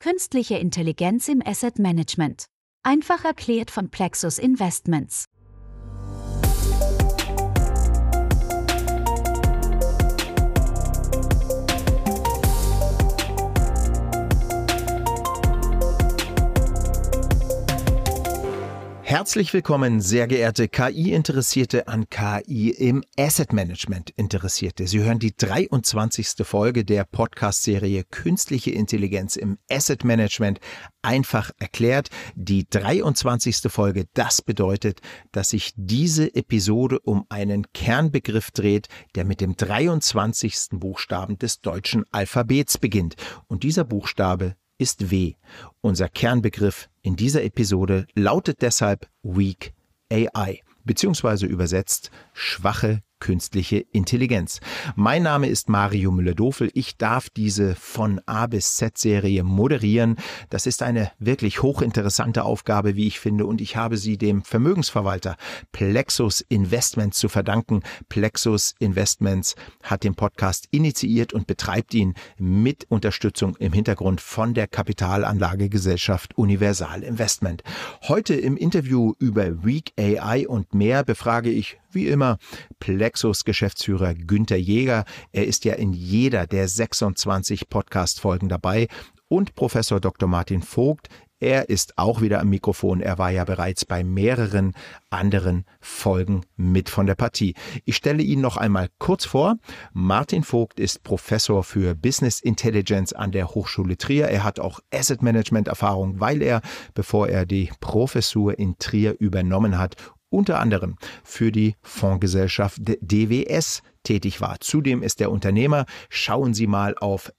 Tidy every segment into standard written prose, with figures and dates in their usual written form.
Künstliche Intelligenz im Asset Management. Einfach erklärt von Plexus Investments. Herzlich willkommen, sehr geehrte KI-Interessierte an KI im Asset Management Interessierte. Sie hören die 23. Folge der Podcast-Serie Künstliche Intelligenz im Asset Management einfach erklärt. Die 23. Folge, das bedeutet, dass sich diese Episode um einen Kernbegriff dreht, der mit dem 23. Buchstaben des deutschen Alphabets beginnt. Und dieser Buchstabe ist W. Unser Kernbegriff in dieser Episode lautet deshalb Weak AI, beziehungsweise übersetzt schwache künstliche Intelligenz. Mein Name ist Mario Müller-Dofel. Ich darf diese von A bis Z-Serie moderieren. Das ist eine wirklich hochinteressante Aufgabe, wie ich finde, und ich habe sie dem Vermögensverwalter Plexus Investments zu verdanken. Plexus Investments hat den Podcast initiiert und betreibt ihn mit Unterstützung im Hintergrund von der Kapitalanlagegesellschaft Universal Investment. Heute im Interview über Weak AI und mehr befrage ich, wie immer, Plexus-Geschäftsführer Günther Jäger. Er ist ja in jeder der 26 Podcast-Folgen dabei. Und Professor Dr. Martin Vogt. Er ist auch wieder am Mikrofon. Er war ja bereits bei mehreren anderen Folgen mit von der Partie. Ich stelle ihn noch einmal kurz vor. Martin Vogt ist Professor für Business Intelligence an der Hochschule Trier. Er hat auch Asset Management Erfahrung, weil er, bevor er die Professur in Trier übernommen hat, unter anderem für die Fondsgesellschaft DWS tätig war. Zudem ist er Unternehmer. Schauen Sie mal auf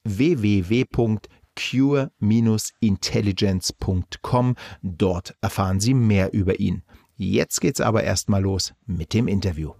www.cure-intelligence.com. Dort erfahren Sie mehr über ihn. Jetzt geht's aber erstmal los mit dem Interview.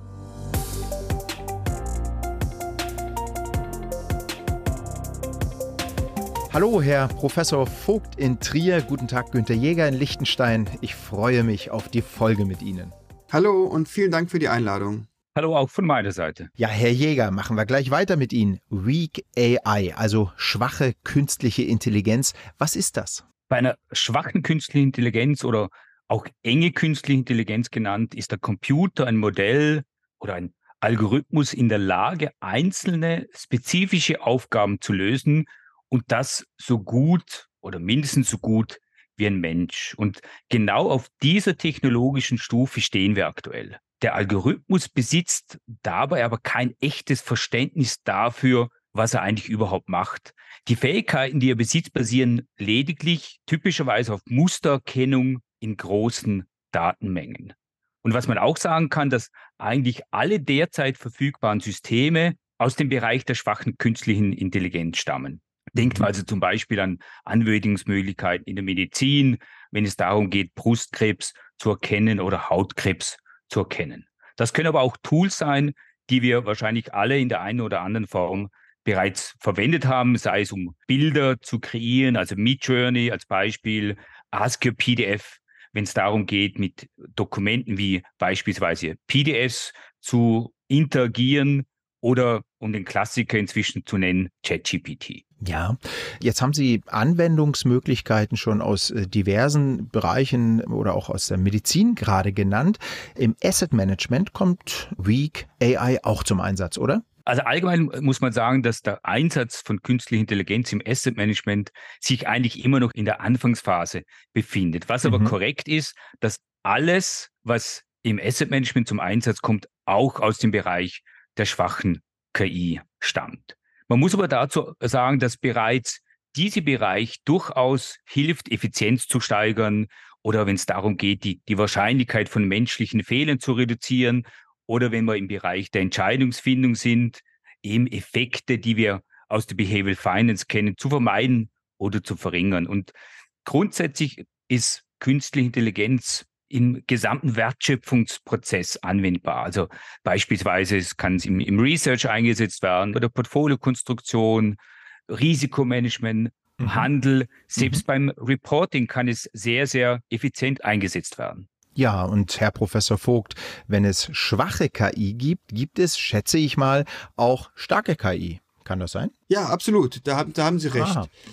Hallo, Herr Professor Vogt in Trier. Guten Tag, Günther Jäger in Liechtenstein. Ich freue mich auf die Folge mit Ihnen. Hallo und vielen Dank für die Einladung. Hallo auch von meiner Seite. Ja, Herr Jäger, machen wir gleich weiter mit Ihnen. Weak AI, also schwache künstliche Intelligenz. Was ist das? Bei einer schwachen künstlichen Intelligenz oder auch enge künstliche Intelligenz genannt, ist der Computer ein Modell oder ein Algorithmus in der Lage, einzelne spezifische Aufgaben zu lösen, und das so gut oder mindestens so gut wie ein Mensch. Und genau auf dieser technologischen Stufe stehen wir aktuell. Der Algorithmus besitzt dabei aber kein echtes Verständnis dafür, was er eigentlich überhaupt macht. Die Fähigkeiten, die er besitzt, basieren lediglich typischerweise auf Mustererkennung in großen Datenmengen. Und was man auch sagen kann, dass eigentlich alle derzeit verfügbaren Systeme aus dem Bereich der schwachen künstlichen Intelligenz stammen. Denkt also zum Beispiel an Anwendungsmöglichkeiten in der Medizin, wenn es darum geht, Brustkrebs zu erkennen oder Hautkrebs zu erkennen. Das können aber auch Tools sein, die wir wahrscheinlich alle in der einen oder anderen Form bereits verwendet haben, sei es um Bilder zu kreieren, also Midjourney als Beispiel, Ask Your PDF, wenn es darum geht, mit Dokumenten wie beispielsweise PDFs zu interagieren, oder um den Klassiker inzwischen zu nennen, ChatGPT. Ja, jetzt haben Sie Anwendungsmöglichkeiten schon aus diversen Bereichen oder auch aus der Medizin gerade genannt. Im Asset Management kommt Weak AI auch zum Einsatz, oder? Also allgemein muss man sagen, dass der Einsatz von künstlicher Intelligenz im Asset Management sich eigentlich immer noch in der Anfangsphase befindet. Was aber korrekt ist, dass alles, was im Asset Management zum Einsatz kommt, auch aus dem Bereich der schwachen KI stammt. Man muss aber dazu sagen, dass bereits dieser Bereich durchaus hilft, Effizienz zu steigern oder wenn es darum geht, die Wahrscheinlichkeit von menschlichen Fehlern zu reduzieren oder wenn wir im Bereich der Entscheidungsfindung sind, eben Effekte, die wir aus der Behavioral Finance kennen, zu vermeiden oder zu verringern. Und grundsätzlich ist künstliche Intelligenz im gesamten Wertschöpfungsprozess anwendbar. Also beispielsweise kann es im Research eingesetzt werden oder Portfoliokonstruktion, Risikomanagement, Handel. Selbst beim Reporting kann es sehr, sehr effizient eingesetzt werden. Ja, und Herr Professor Vogt, wenn es schwache KI gibt, gibt es, schätze ich mal, auch starke KI. Kann das sein? Ja, absolut. Da haben Sie recht.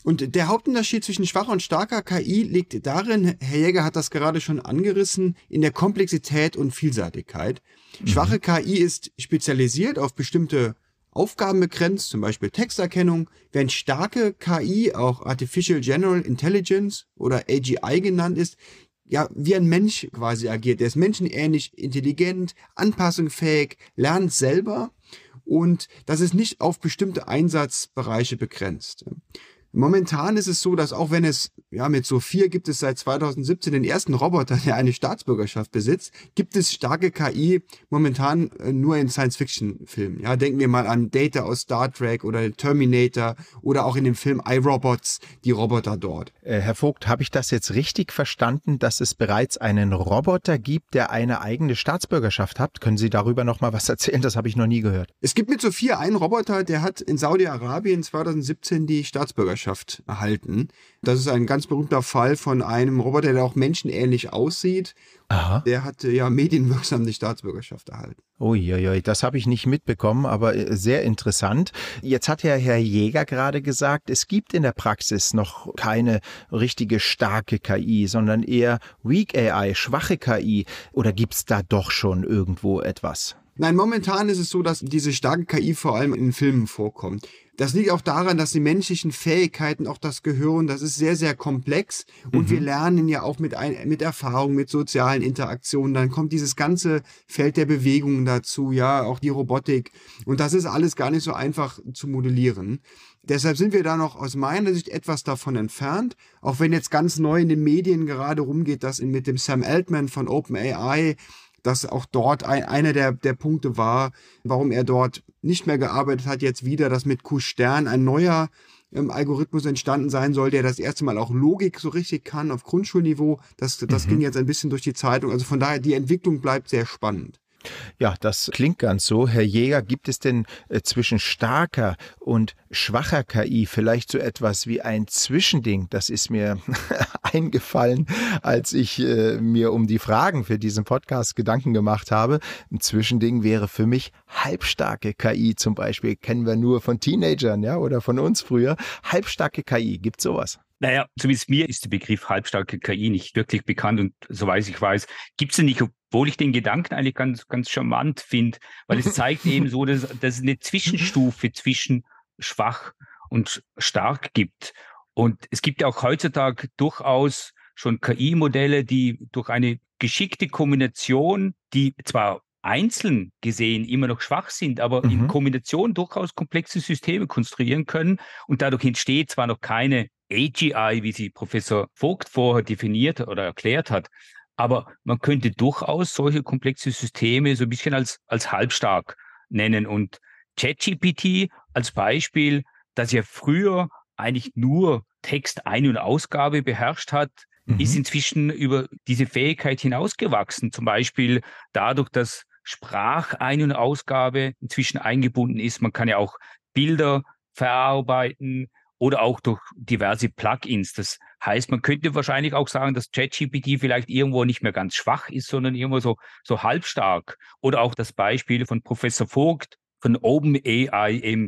Und der Hauptunterschied zwischen schwacher und starker KI liegt darin, Herr Jäger hat das gerade schon angerissen, in der Komplexität und Vielseitigkeit. Schwache KI ist spezialisiert auf bestimmte Aufgaben begrenzt, zum Beispiel Texterkennung, während starke KI, auch Artificial General Intelligence oder AGI genannt ist, ja, wie ein Mensch quasi agiert. Der ist menschenähnlich intelligent, anpassungsfähig, lernt selber und das ist nicht auf bestimmte Einsatzbereiche begrenzt. Momentan ist es so, dass auch wenn es, ja, mit Sophia gibt es seit 2017 den ersten Roboter, der eine Staatsbürgerschaft besitzt, gibt es starke KI momentan nur in Science-Fiction-Filmen. Ja, denken wir mal an Data aus Star Trek oder Terminator oder auch in dem Film iRobots, die Roboter dort. Herr Vogt, habe ich das jetzt richtig verstanden, dass es bereits einen Roboter gibt, der eine eigene Staatsbürgerschaft hat? Können Sie darüber noch mal was erzählen? Das habe ich noch nie gehört. Es gibt mit Sophia einen Roboter, der hat in Saudi-Arabien 2017 die Staatsbürgerschaft erhalten. Das ist ein ganz berühmter Fall von einem Roboter, der auch menschenähnlich aussieht. Aha. Der hat ja medienwirksam die Staatsbürgerschaft erhalten. Uiuiui, das habe ich nicht mitbekommen, aber sehr interessant. Jetzt hat ja Herr Jäger gerade gesagt, es gibt in der Praxis noch keine richtige starke KI, sondern eher Weak AI, schwache KI. Oder gibt es da doch schon irgendwo etwas? Nein, momentan ist es so, dass diese starke KI vor allem in Filmen vorkommt. Das liegt auch daran, dass die menschlichen Fähigkeiten, auch das Gehirn, das ist sehr, sehr komplex und wir lernen ja auch mit Erfahrung, mit sozialen Interaktionen. Dann kommt dieses ganze Feld der Bewegungen dazu, ja, auch die Robotik und das ist alles gar nicht so einfach zu modellieren. Deshalb sind wir da noch aus meiner Sicht etwas davon entfernt, auch wenn jetzt ganz neu in den Medien gerade rumgeht, dass mit dem Sam Altman von OpenAI, dass auch dort einer der Punkte war, warum er dort nicht mehr gearbeitet hat, jetzt wieder, dass mit Q-Stern ein neuer Algorithmus entstanden sein soll, der das erste Mal auch Logik so richtig kann auf Grundschulniveau. Das ging jetzt ein bisschen durch die Zeitung. Also von daher, die Entwicklung bleibt sehr spannend. Ja, das klingt ganz so. Herr Jäger, gibt es denn zwischen starker und schwacher KI vielleicht so etwas wie ein Zwischending? Das ist mir eingefallen, als ich mir um die Fragen für diesen Podcast Gedanken gemacht habe. Ein Zwischending wäre für mich halbstarke KI zum Beispiel. Kennen wir nur von Teenagern, ja, oder von uns früher. Halbstarke KI, gibt's sowas? Naja, zumindest mir ist der Begriff halbstarke KI nicht wirklich bekannt und soweit ich weiß, gibt es den nicht, obwohl ich den Gedanken eigentlich ganz, ganz charmant finde, weil es zeigt eben so, dass es eine Zwischenstufe zwischen schwach und stark gibt. Und es gibt ja auch heutzutage durchaus schon KI-Modelle, die durch eine geschickte Kombination, die zwar einzeln gesehen immer noch schwach sind, aber in Kombination durchaus komplexe Systeme konstruieren können. Und dadurch entsteht zwar noch keine AGI, wie sie Professor Vogt vorher definiert oder erklärt hat, aber man könnte durchaus solche komplexe Systeme so ein bisschen als halbstark nennen. Und ChatGPT als Beispiel, das ja früher eigentlich nur Textein- und Ausgabe beherrscht hat, ist inzwischen über diese Fähigkeit hinausgewachsen. Zum Beispiel dadurch, dass Sprachein- und Ausgabe inzwischen eingebunden ist. Man kann ja auch Bilder verarbeiten oder auch durch diverse Plugins. Das heißt, man könnte wahrscheinlich auch sagen, dass ChatGPT vielleicht irgendwo nicht mehr ganz schwach ist, sondern irgendwo so halbstark. Oder auch das Beispiel von Professor Vogt von OpenAI im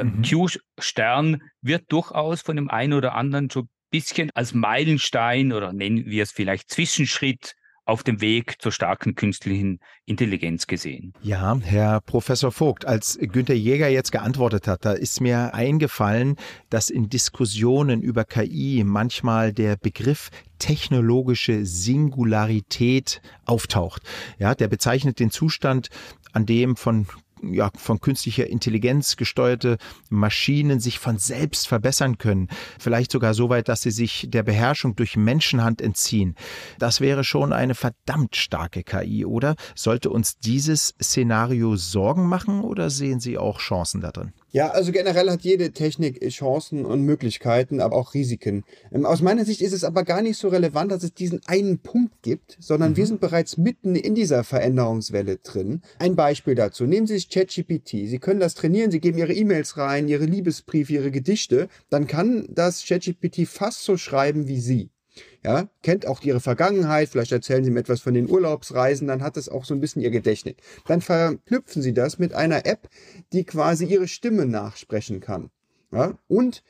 Q-Stern wird durchaus von dem einen oder anderen so ein bisschen als Meilenstein oder nennen wir es vielleicht Zwischenschritt auf dem Weg zur starken künstlichen Intelligenz gesehen. Ja, Herr Professor Vogt, als Günther Jäger jetzt geantwortet hat, da ist mir eingefallen, dass in Diskussionen über KI manchmal der Begriff technologische Singularität auftaucht. Ja, der bezeichnet den Zustand, an dem von künstlicher Intelligenz gesteuerte Maschinen sich von selbst verbessern können. Vielleicht sogar so weit, dass sie sich der Beherrschung durch Menschenhand entziehen. Das wäre schon eine verdammt starke KI, oder? Sollte uns dieses Szenario Sorgen machen oder sehen Sie auch Chancen da drin? Ja, also generell hat jede Technik Chancen und Möglichkeiten, aber auch Risiken. Aus meiner Sicht ist es aber gar nicht so relevant, dass es diesen einen Punkt gibt, sondern wir sind bereits mitten in dieser Veränderungswelle drin. Ein Beispiel dazu. Nehmen Sie sich ChatGPT. Sie können das trainieren, Sie geben Ihre E-Mails rein, Ihre Liebesbriefe, Ihre Gedichte. Dann kann das ChatGPT fast so schreiben wie Sie. Ja, kennt auch ihre Vergangenheit, vielleicht erzählen sie mir etwas von den Urlaubsreisen, dann hat es auch so ein bisschen ihr Gedächtnis. Dann verknüpfen sie das mit einer App, die quasi ihre Stimme nachsprechen kann. Ja, und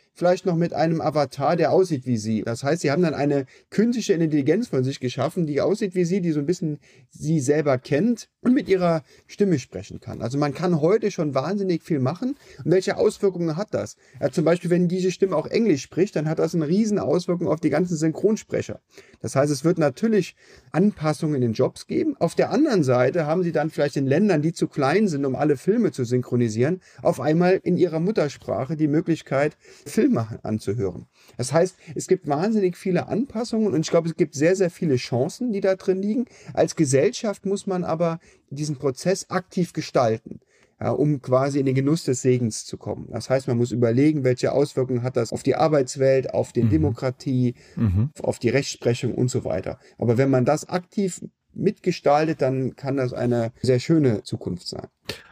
vielleicht noch mit einem Avatar, der aussieht wie Sie. Das heißt, Sie haben dann eine künstliche Intelligenz von sich geschaffen, die aussieht wie Sie, die so ein bisschen Sie selber kennt und mit ihrer Stimme sprechen kann. Also man kann heute schon wahnsinnig viel machen. Und welche Auswirkungen hat das? Ja, zum Beispiel, wenn diese Stimme auch Englisch spricht, dann hat das eine riesen Auswirkung auf die ganzen Synchronsprecher. Das heißt, es wird natürlich Anpassungen in den Jobs geben. Auf der anderen Seite haben Sie dann vielleicht in Ländern, die zu klein sind, um alle Filme zu synchronisieren, auf einmal in ihrer Muttersprache die Möglichkeit, Filme anzuhören. Das heißt, es gibt wahnsinnig viele Anpassungen und ich glaube, es gibt sehr, sehr viele Chancen, die da drin liegen. Als Gesellschaft muss man aber diesen Prozess aktiv gestalten, ja, um quasi in den Genuss des Segens zu kommen. Das heißt, man muss überlegen, welche Auswirkungen hat das auf die Arbeitswelt, auf die Demokratie, auf die Rechtsprechung und so weiter. Aber wenn man das aktiv mitgestaltet, dann kann das eine sehr schöne Zukunft sein.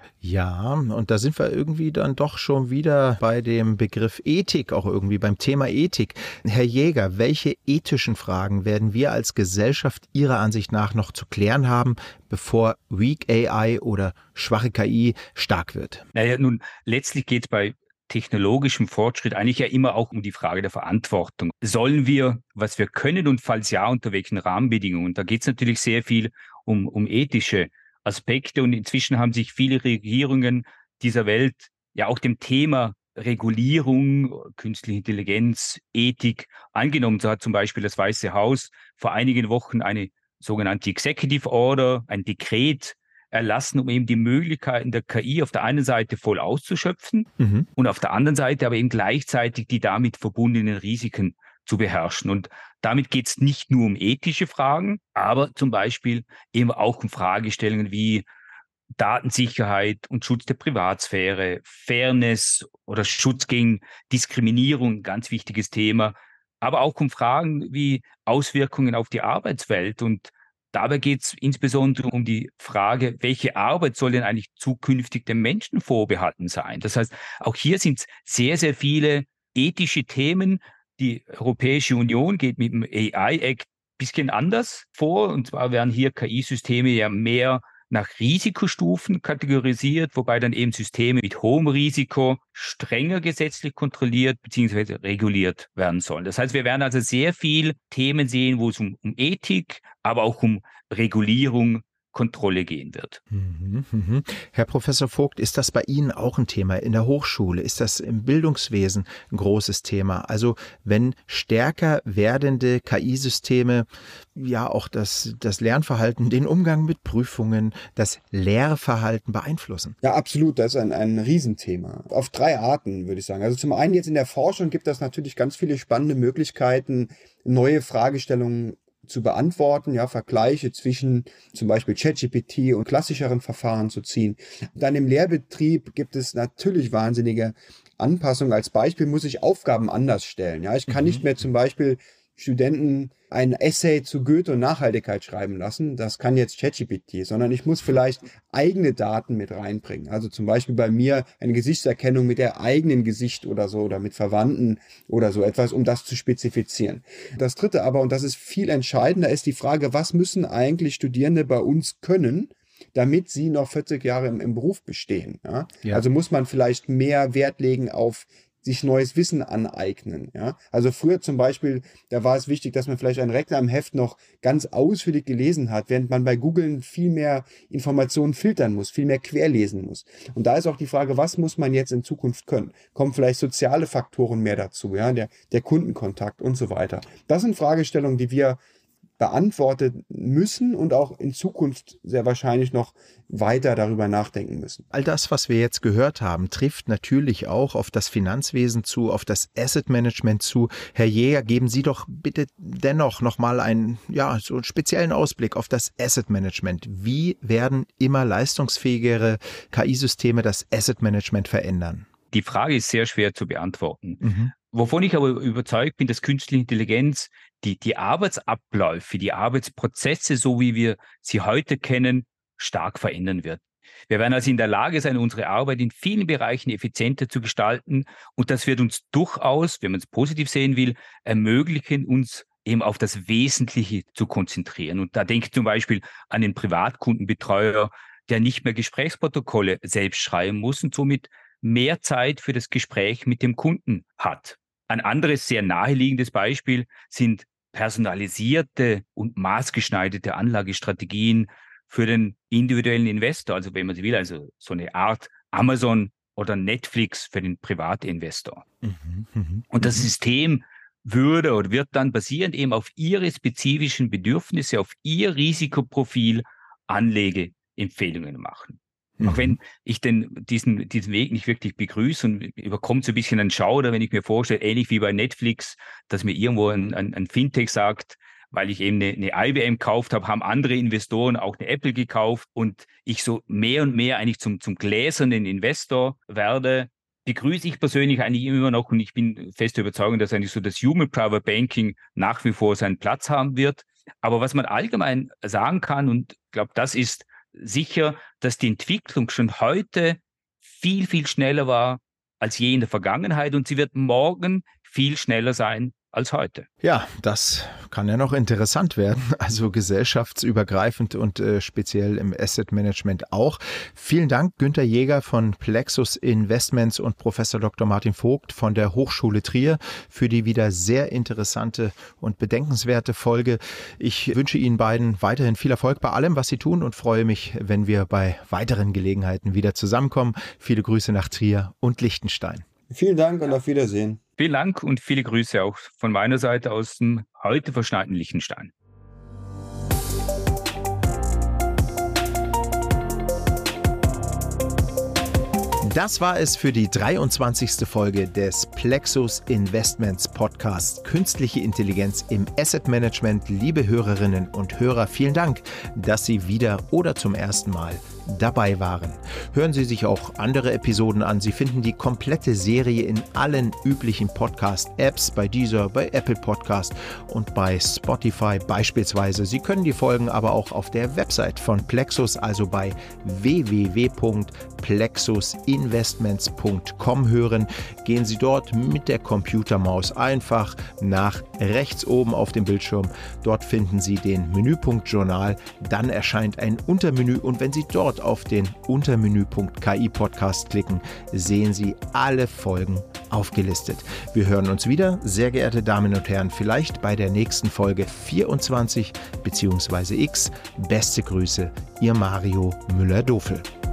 Ja, und da sind wir irgendwie dann doch schon wieder bei dem Begriff Ethik, auch irgendwie beim Thema Ethik. Herr Jäger, welche ethischen Fragen werden wir als Gesellschaft Ihrer Ansicht nach noch zu klären haben, bevor Weak AI oder schwache KI stark wird? Naja, nun, letztlich geht es bei technologischem Fortschritt eigentlich ja immer auch um die Frage der Verantwortung. Sollen wir, was wir können und falls ja, unter welchen Rahmenbedingungen? Da geht es natürlich sehr viel um ethische Aspekte und inzwischen haben sich viele Regierungen dieser Welt ja auch dem Thema Regulierung, künstliche Intelligenz, Ethik angenommen. So hat zum Beispiel das Weiße Haus vor einigen Wochen eine sogenannte Executive Order, ein Dekret erlassen, um eben die Möglichkeiten der KI auf der einen Seite voll auszuschöpfen und auf der anderen Seite aber eben gleichzeitig die damit verbundenen Risiken zu beherrschen. Und damit geht es nicht nur um ethische Fragen, aber zum Beispiel eben auch um Fragestellungen wie Datensicherheit und Schutz der Privatsphäre, Fairness oder Schutz gegen Diskriminierung, ganz wichtiges Thema, aber auch um Fragen wie Auswirkungen auf die Arbeitswelt. Und dabei geht es insbesondere um die Frage, welche Arbeit soll denn eigentlich zukünftig den Menschen vorbehalten sein? Das heißt, auch hier sind es sehr, sehr viele ethische Themen. Die Europäische Union geht mit dem AI-Act ein bisschen anders vor. Und zwar werden hier KI-Systeme ja mehr nach Risikostufen kategorisiert, wobei dann eben Systeme mit hohem Risiko strenger gesetzlich kontrolliert bzw. reguliert werden sollen. Das heißt, wir werden also sehr viel Themen sehen, wo es um Ethik, aber auch um Regulierung, Kontrolle gehen wird. Herr Professor Vogt, ist das bei Ihnen auch ein Thema in der Hochschule? Ist das im Bildungswesen ein großes Thema? Also wenn stärker werdende KI-Systeme ja auch das Lernverhalten, den Umgang mit Prüfungen, das Lehrverhalten beeinflussen? Ja, absolut. Das ist ein Riesenthema. Auf 3 Arten, würde ich sagen. Also zum einen jetzt in der Forschung gibt es natürlich ganz viele spannende Möglichkeiten, neue Fragestellungen zu beantworten, ja, Vergleiche zwischen zum Beispiel ChatGPT und klassischeren Verfahren zu ziehen. Dann im Lehrbetrieb gibt es natürlich wahnsinnige Anpassungen. Als Beispiel muss ich Aufgaben anders stellen. Ja, ich kann nicht mehr zum Beispiel Studenten ein Essay zu Goethe und Nachhaltigkeit schreiben lassen. Das kann jetzt ChatGPT, sondern ich muss vielleicht eigene Daten mit reinbringen. Also zum Beispiel bei mir eine Gesichtserkennung mit der eigenen Gesicht oder so oder mit Verwandten oder so etwas, um das zu spezifizieren. Das dritte aber, und das ist viel entscheidender, ist die Frage, was müssen eigentlich Studierende bei uns können, damit sie noch 40 Jahre im Beruf bestehen. Ja? Ja. Also muss man vielleicht mehr Wert legen auf sich neues Wissen aneignen. Ja? Also früher zum Beispiel, da war es wichtig, dass man vielleicht ein Rechner im Heft noch ganz ausführlich gelesen hat, während man bei Googlen viel mehr Informationen filtern muss, viel mehr querlesen muss. Und da ist auch die Frage, was muss man jetzt in Zukunft können? Kommen vielleicht soziale Faktoren mehr dazu, ja? Der Kundenkontakt und so weiter. Das sind Fragestellungen, die wir beantwortet müssen und auch in Zukunft sehr wahrscheinlich noch weiter darüber nachdenken müssen. All das, was wir jetzt gehört haben, trifft natürlich auch auf das Finanzwesen zu, auf das Asset Management zu. Herr Jäger, geben Sie doch bitte dennoch nochmal so einen speziellen Ausblick auf das Asset Management. Wie werden immer leistungsfähigere KI-Systeme das Asset Management verändern? Die Frage ist sehr schwer zu beantworten. Wovon ich aber überzeugt bin, dass künstliche Intelligenz die Arbeitsabläufe, die Arbeitsprozesse, so wie wir sie heute kennen, stark verändern wird. Wir werden also in der Lage sein, unsere Arbeit in vielen Bereichen effizienter zu gestalten und das wird uns durchaus, wenn man es positiv sehen will, ermöglichen, uns eben auf das Wesentliche zu konzentrieren. Und da denke ich zum Beispiel an den Privatkundenbetreuer, der nicht mehr Gesprächsprotokolle selbst schreiben muss und somit mehr Zeit für das Gespräch mit dem Kunden hat. Ein anderes sehr naheliegendes Beispiel sind personalisierte und maßgeschneiderte Anlagestrategien für den individuellen Investor. Also wenn man so will, also so eine Art Amazon oder Netflix für den Privatinvestor. Und das System würde oder wird dann basierend eben auf Ihre spezifischen Bedürfnisse, auf Ihr Risikoprofil Anlegeempfehlungen machen. Auch wenn ich diesen Weg nicht wirklich begrüße und überkommt so ein bisschen ein Schauder, wenn ich mir vorstelle, ähnlich wie bei Netflix, dass mir irgendwo ein Fintech sagt, weil ich eben eine IBM gekauft habe, haben andere Investoren auch eine Apple gekauft und ich so mehr und mehr eigentlich zum gläsernen Investor werde, begrüße ich persönlich eigentlich immer noch und ich bin fest überzeugt, dass eigentlich so das Human Private Banking nach wie vor seinen Platz haben wird. Aber was man allgemein sagen kann, und ich glaube, das ist sicher, dass die Entwicklung schon heute viel, viel schneller war als je in der Vergangenheit und sie wird morgen viel schneller sein als heute. Ja, das kann ja noch interessant werden, also gesellschaftsübergreifend und speziell im Asset Management auch. Vielen Dank, Günther Jäger von Plexus Investments und Professor Dr. Martin Vogt von der Hochschule Trier für die wieder sehr interessante und bedenkenswerte Folge. Ich wünsche Ihnen beiden weiterhin viel Erfolg bei allem, was Sie tun und freue mich, wenn wir bei weiteren Gelegenheiten wieder zusammenkommen. Viele Grüße nach Trier und Liechtenstein. Vielen Dank und auf Wiedersehen. Vielen Dank und viele Grüße auch von meiner Seite aus dem heute verschneiten Liechtenstein. Das war es für die 23. Folge des Plexus Investments Podcast Künstliche Intelligenz im Asset Management. Liebe Hörerinnen und Hörer, vielen Dank, dass Sie wieder oder zum ersten Mal dabei waren. Hören Sie sich auch andere Episoden an. Sie finden die komplette Serie in allen üblichen Podcast-Apps, bei Deezer, bei Apple Podcast und bei Spotify beispielsweise. Sie können die Folgen aber auch auf der Website von Plexus, also bei www.plexusinvestments.com hören. Gehen Sie dort mit der Computermaus einfach nach rechts oben auf dem Bildschirm. Dort finden Sie den Menüpunkt Journal. Dann erscheint ein Untermenü und wenn Sie dort auf den Untermenüpunkt KI Podcast klicken, sehen Sie alle Folgen aufgelistet. Wir hören uns wieder, sehr geehrte Damen und Herren, vielleicht bei der nächsten Folge 24 bzw. X. Beste Grüße, Ihr Mario Müller-Dofel.